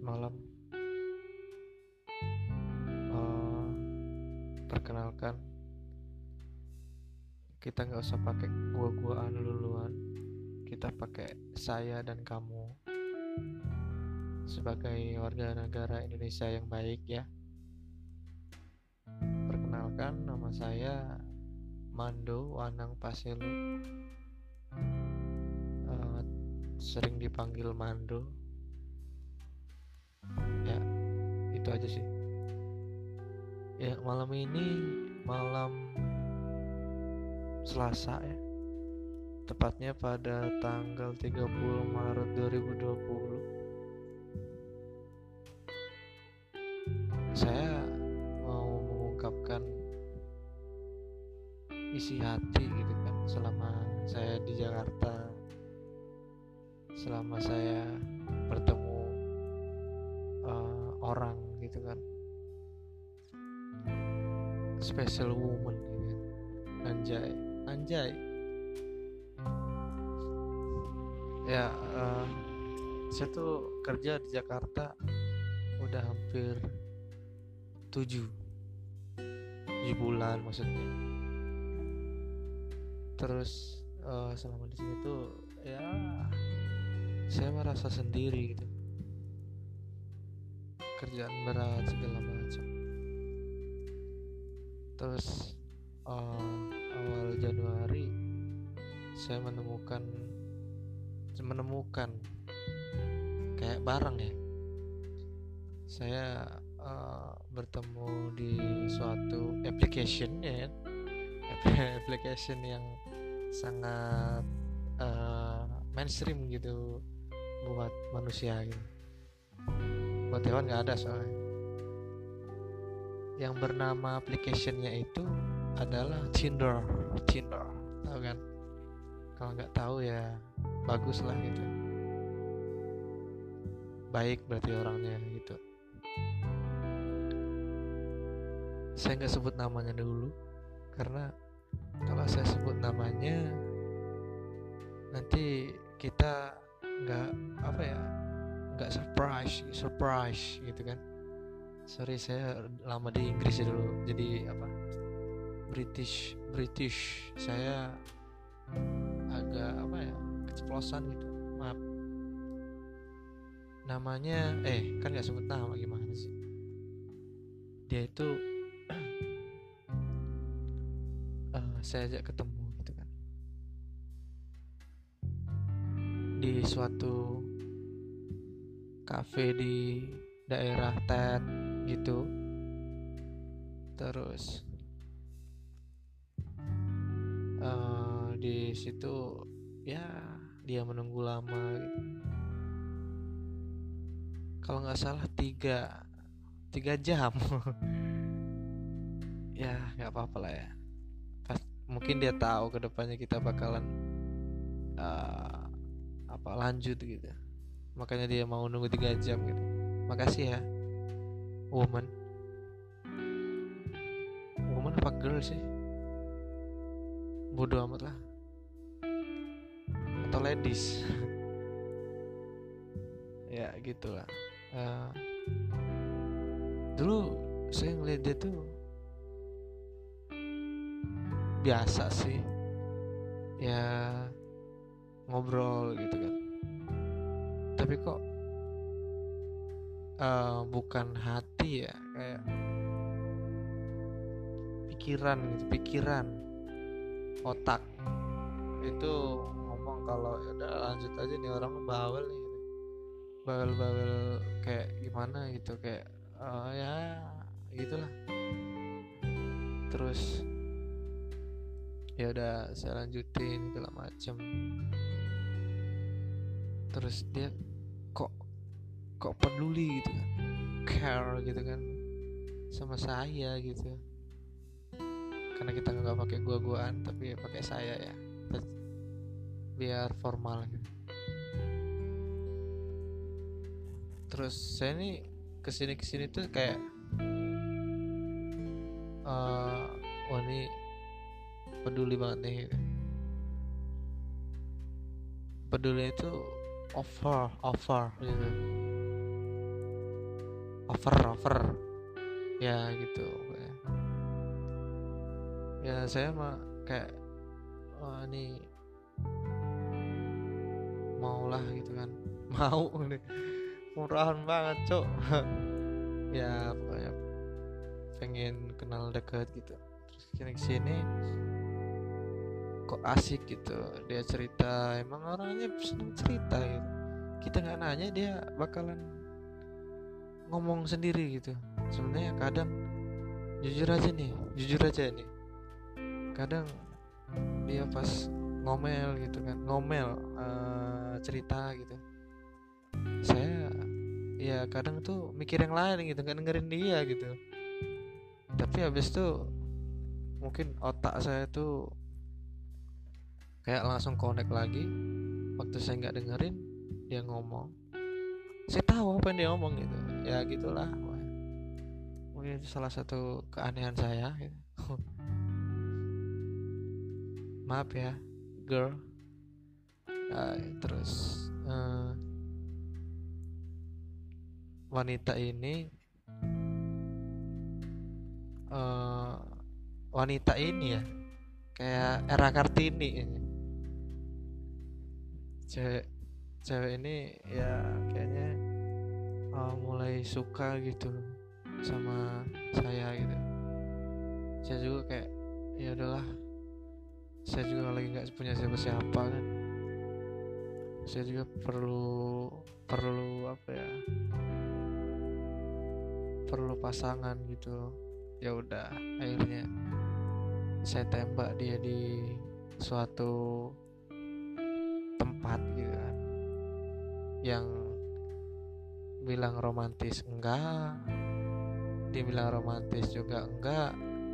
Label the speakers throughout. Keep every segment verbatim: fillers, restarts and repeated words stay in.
Speaker 1: malam. Uh, perkenalkan, kita nggak usah pakai gua-guaan duluan. Kita pakai saya dan kamu sebagai warga negara Indonesia yang baik ya. Perkenalkan, nama saya Mando Wanang Paselo. Uh, sering dipanggil Mando. Ya, itu aja sih. Ya, malam ini malam Selasa ya. Tepatnya pada tanggal tiga puluh Maret dua ribu dua puluh. Saya mau mengungkapkan isi hati gitu kan, selama saya di Jakarta, selama saya bertemu uh, orang gitu kan, special woman gitu kan. Anjay, anjay. Ya, uh, saya tuh kerja di Jakarta udah hampir tujuh tujuh bulan maksudnya. Terus uh, selama di sini tuh ya saya merasa sendiri gitu. Kerjaan berat segala macam. Terus uh, awal Januari saya menemukan menemukan kayak barang ya. Saya uh, bertemu di suatu application ya, application yang sangat uh, mainstream gitu buat manusia gitu. Buat hewan nggak ada soalnya. Yang bernama applicationnya itu adalah Tinder. Tinder, tahu kan? Kalau nggak tahu ya bagus lah gitu. Baik berarti orangnya gitu. Saya nggak sebut namanya dulu karena kalau saya sebut namanya nanti kita nggak apa ya, nggak surprise surprise gitu kan. Sorry, saya lama di Inggris dulu, jadi apa British British saya agak apa ya keceplosan gitu, maaf. Namanya eh kan nggak sebut nama, gimana sih. Dia itu uh, saya ajak ketemu gitu kan di suatu kafe di daerah Ted gitu. Terus uh, di situ ya dia menunggu lama gitu. Kalau nggak salah tiga tiga jam. Ya nggak apa-apa lah ya. Pas, mungkin dia tahu kedepannya kita bakalan uh, apa lanjut gitu. Makanya dia mau nunggu tiga jam gitu. Makasih ya, woman. Woman apa girl sih? Bodoh amat lah. Atau ladies. Ya gitulah. Uh, dulu saya ngeliat dia tuh biasa sih. Ya ngobrol gitu kan. Tapi kok uh, bukan hati ya, kayak pikiran gitu, pikiran otak itu ngomong kalau ya udah lanjut aja nih orang bawel nih, bawel-bawel kayak gimana gitu, kayak uh, ya gitulah. Terus ya udah saya lanjutin segala macem. Terus dia kok kok peduli gitu kan, care gitu kan sama saya gitu. Karena kita nggak pakai gua-guaan tapi pakai saya ya, biar formal gitu. Terus saya nih kesini kesini tuh kayak uh, oh ini peduli banget nih. Peduli itu over over gitu. over over ya gitu ya. Saya mah kayak wah ini maulah gitu kan, mau nih murahan banget cok. Ya pokoknya pengen kenal deket gitu. Terus kini kesini kok asik gitu, dia cerita, emang orangnya seneng cerita gitu. Kita nggak nanya dia bakalan ngomong sendiri gitu. Sebenarnya kadang jujur aja nih, jujur aja nih. Kadang dia pas ngomel gitu kan, ngomel uh, cerita gitu. Saya ya kadang tuh mikir yang lain gitu, nggak dengerin dia gitu. Tapi habis itu mungkin otak saya tuh kayak langsung connect lagi. Waktu saya nggak dengerin dia ngomong, saya tahu apa yang dia ngomong gitu. Ya gitulah. Mungkin itu salah satu keanehan saya gitu. Maaf ya girl. Nah, terus uh, wanita ini uh, wanita ini ya kayak Era Kartini ini. Cewek cewek ini ya kayaknya uh, mulai suka gitu sama saya gitu. Saya juga kayak ya udahlah, saya juga lagi nggak punya siapa-siapa kan. Saya juga perlu perlu apa ya, perlu pasangan gitu. Ya udah, akhirnya saya tembak dia di suatu tempat gitu kan, yang bilang romantis enggak, dia bilang romantis juga enggak,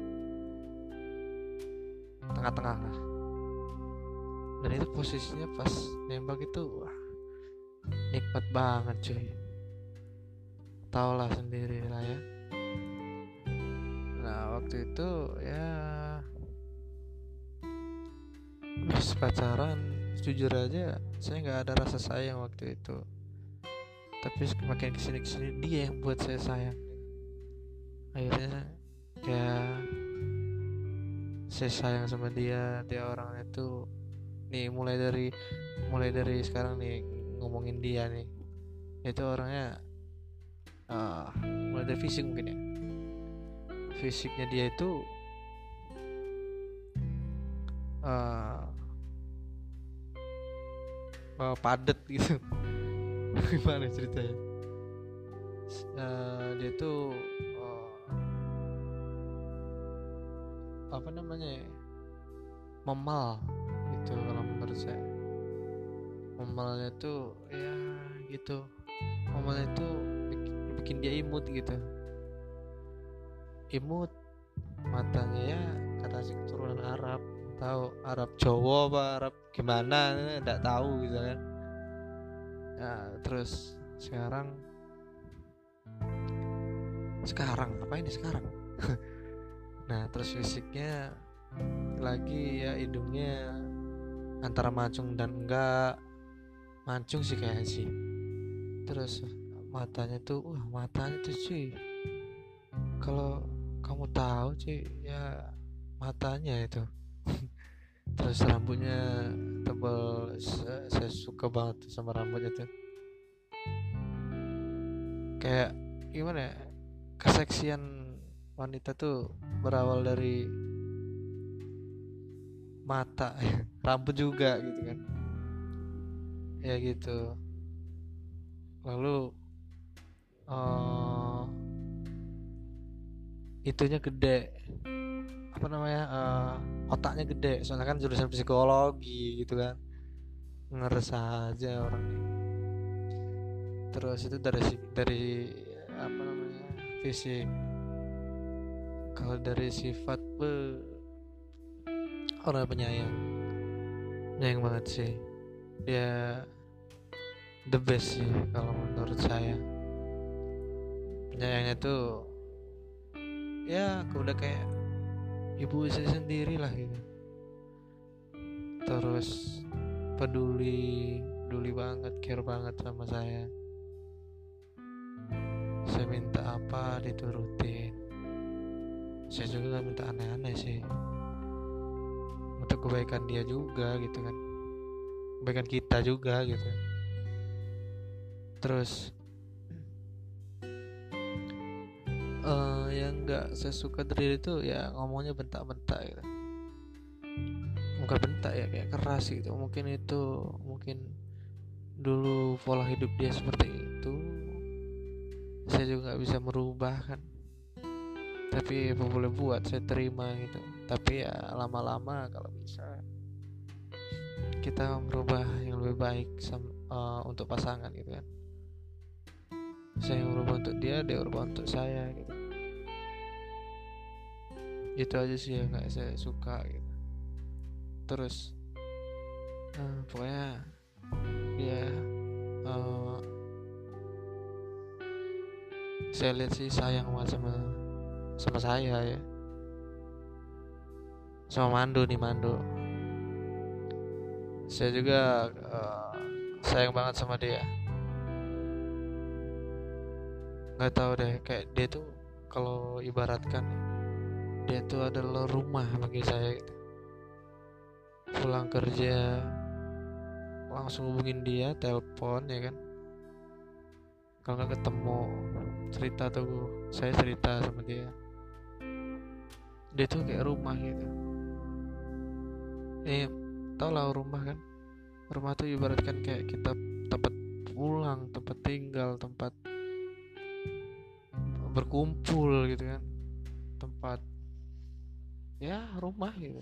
Speaker 1: tengah-tengah lah. Dan itu posisinya pas nembak itu wah, nikmat banget cuy. Taulah sendiri lah ya. Nah waktu itu ya habis pacaran, jujur aja saya nggak ada rasa sayang waktu itu. Tapi makin kesini kesini dia yang buat saya sayang. Akhirnya ya saya sayang sama dia. Dia orangnya tuh nih mulai dari mulai dari sekarang nih ngomongin dia nih, itu orangnya uh, mulai dari fisik mungkin ya. Fisiknya dia itu uh, uh, padet gitu. Gimana ceritanya? Uh, dia tuh uh, apa namanya ya? Memal gitu kalau menurut saya. Memalnya tuh ya gitu. Memalnya tuh bikin, bikin dia imut gitu. Imut, matanya ya kata si keturunan Arab, tahu Arab Jawa apa Arab gimana enggak tahu gitu kan. Ya, terus sekarang sekarang apa ini sekarang? Nah, terus fisiknya lagi ya, hidungnya antara mancung dan enggak mancung sih kayaknya sih. Terus matanya tuh, wah matanya tuh cuy, kalau kamu tahu cuy ya matanya itu. Terus rambutnya tebal, saya, saya suka banget sama rambutnya tuh. Kayak gimana ya, keseksian wanita tuh berawal dari mata, rambut juga gitu kan. Ya gitu. Lalu uh, itunya gede, apa namanya, uh, otaknya gede, soalnya kan jurusan psikologi gitu kan. Ngeres aja orang ini. Terus itu dari dari apa namanya, fisik. Kalau dari sifat, be, orang penyayang, penyayang banget sih. Ya the best sih kalau menurut saya. Penyayangnya tuh ya udah kayak ibu saya sendiri lah gitu. Terus peduli peduli banget, care banget sama saya. saya minta apa diturutin. Saya juga gak minta aneh-aneh sih, untuk kebaikan dia juga gitu kan, kebaikan kita juga gitu. Terus uh, yang nggak saya suka dari dia itu ya ngomongnya bentak-bentak gitu. Bukan bentak ya, kayak keras gitu. Mungkin itu mungkin dulu pola hidup dia seperti itu, saya juga nggak bisa merubah kan. Tapi apa boleh buat, saya terima gitu. Tapi ya lama-lama kalau bisa kita merubah yang lebih baik sama, uh, untuk pasangan gitu kan. Saya merubah untuk dia, dia merubah untuk saya gitu. Itu aja sih yang gak saya suka gitu. Terus uh, pokoknya dia uh, saya lihat sih sayang banget sama sama saya ya, sama Mando nih Mando. Saya juga uh, sayang banget sama dia. Nggak tahu deh, kayak dia tuh kalau ibaratkan dia tuh adalah rumah bagi saya gitu. Pulang kerja langsung hubungin dia, telepon ya kan. Kalau nggak ketemu cerita tuh, saya cerita sama dia. Dia tuh kayak rumah gitu. Eh, tau lah rumah kan. Rumah tuh ibaratkan kayak kita tempat pulang, tempat tinggal, tempat berkumpul gitu kan, tempat ya rumah gitu.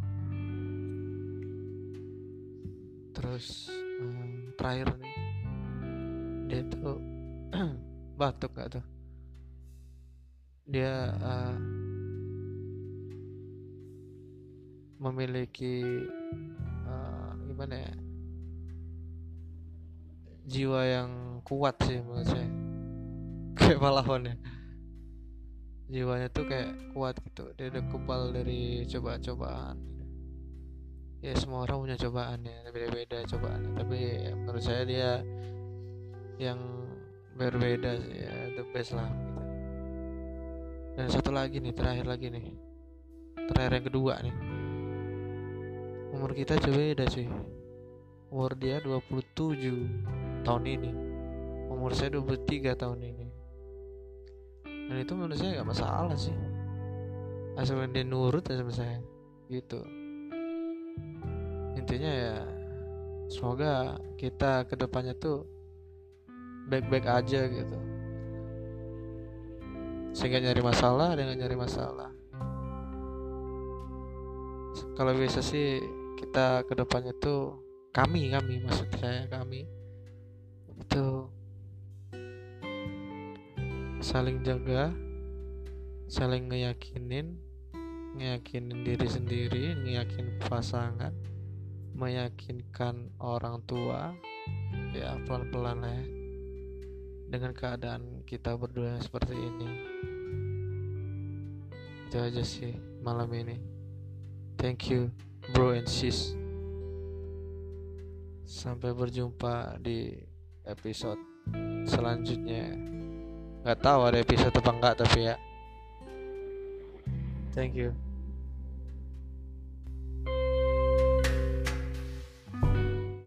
Speaker 1: Terus um, terakhir nih, dia tuh batuk gak tuh, dia uh, memiliki uh, gimana ya, jiwa yang kuat sih menurut saya. Kayak pahlawan ya, jiwanya tuh kayak kuat gitu. Dia udah kebal dari cobaan-cobaan. Ya semua orang punya cobaan ya, beda-beda cobaannya. Tapi ya, menurut saya dia yang berbeda sih ya, the best lah gitu. Dan satu lagi nih, terakhir lagi nih, terakhir yang kedua nih. Umur kita coba beda sih. Umur dia dua puluh tujuh tahun ini, umur saya dua puluh tiga tahun ini. Dan itu menurut saya gak masalah sih, asalkan dia nurut ya sama saya gitu. Intinya ya semoga kita kedepannya tuh baik-baik aja gitu. Saya gak nyari masalah, dia gak nyari masalah. Kalau bisa sih kita kedepannya tuh, Kami, kami maksud saya kami itu saling jaga, saling ngeyakinin, ngeyakinin diri sendiri, ngeyakinin pasangan, meyakinkan orang tua, ya pelan-pelan lah ya, dengan keadaan kita berdua seperti ini. Itu aja sih malam ini. Thank you bro and sis. Sampai berjumpa di episode selanjutnya. Gak tahu ada episode apa enggak, tapi ya thank you.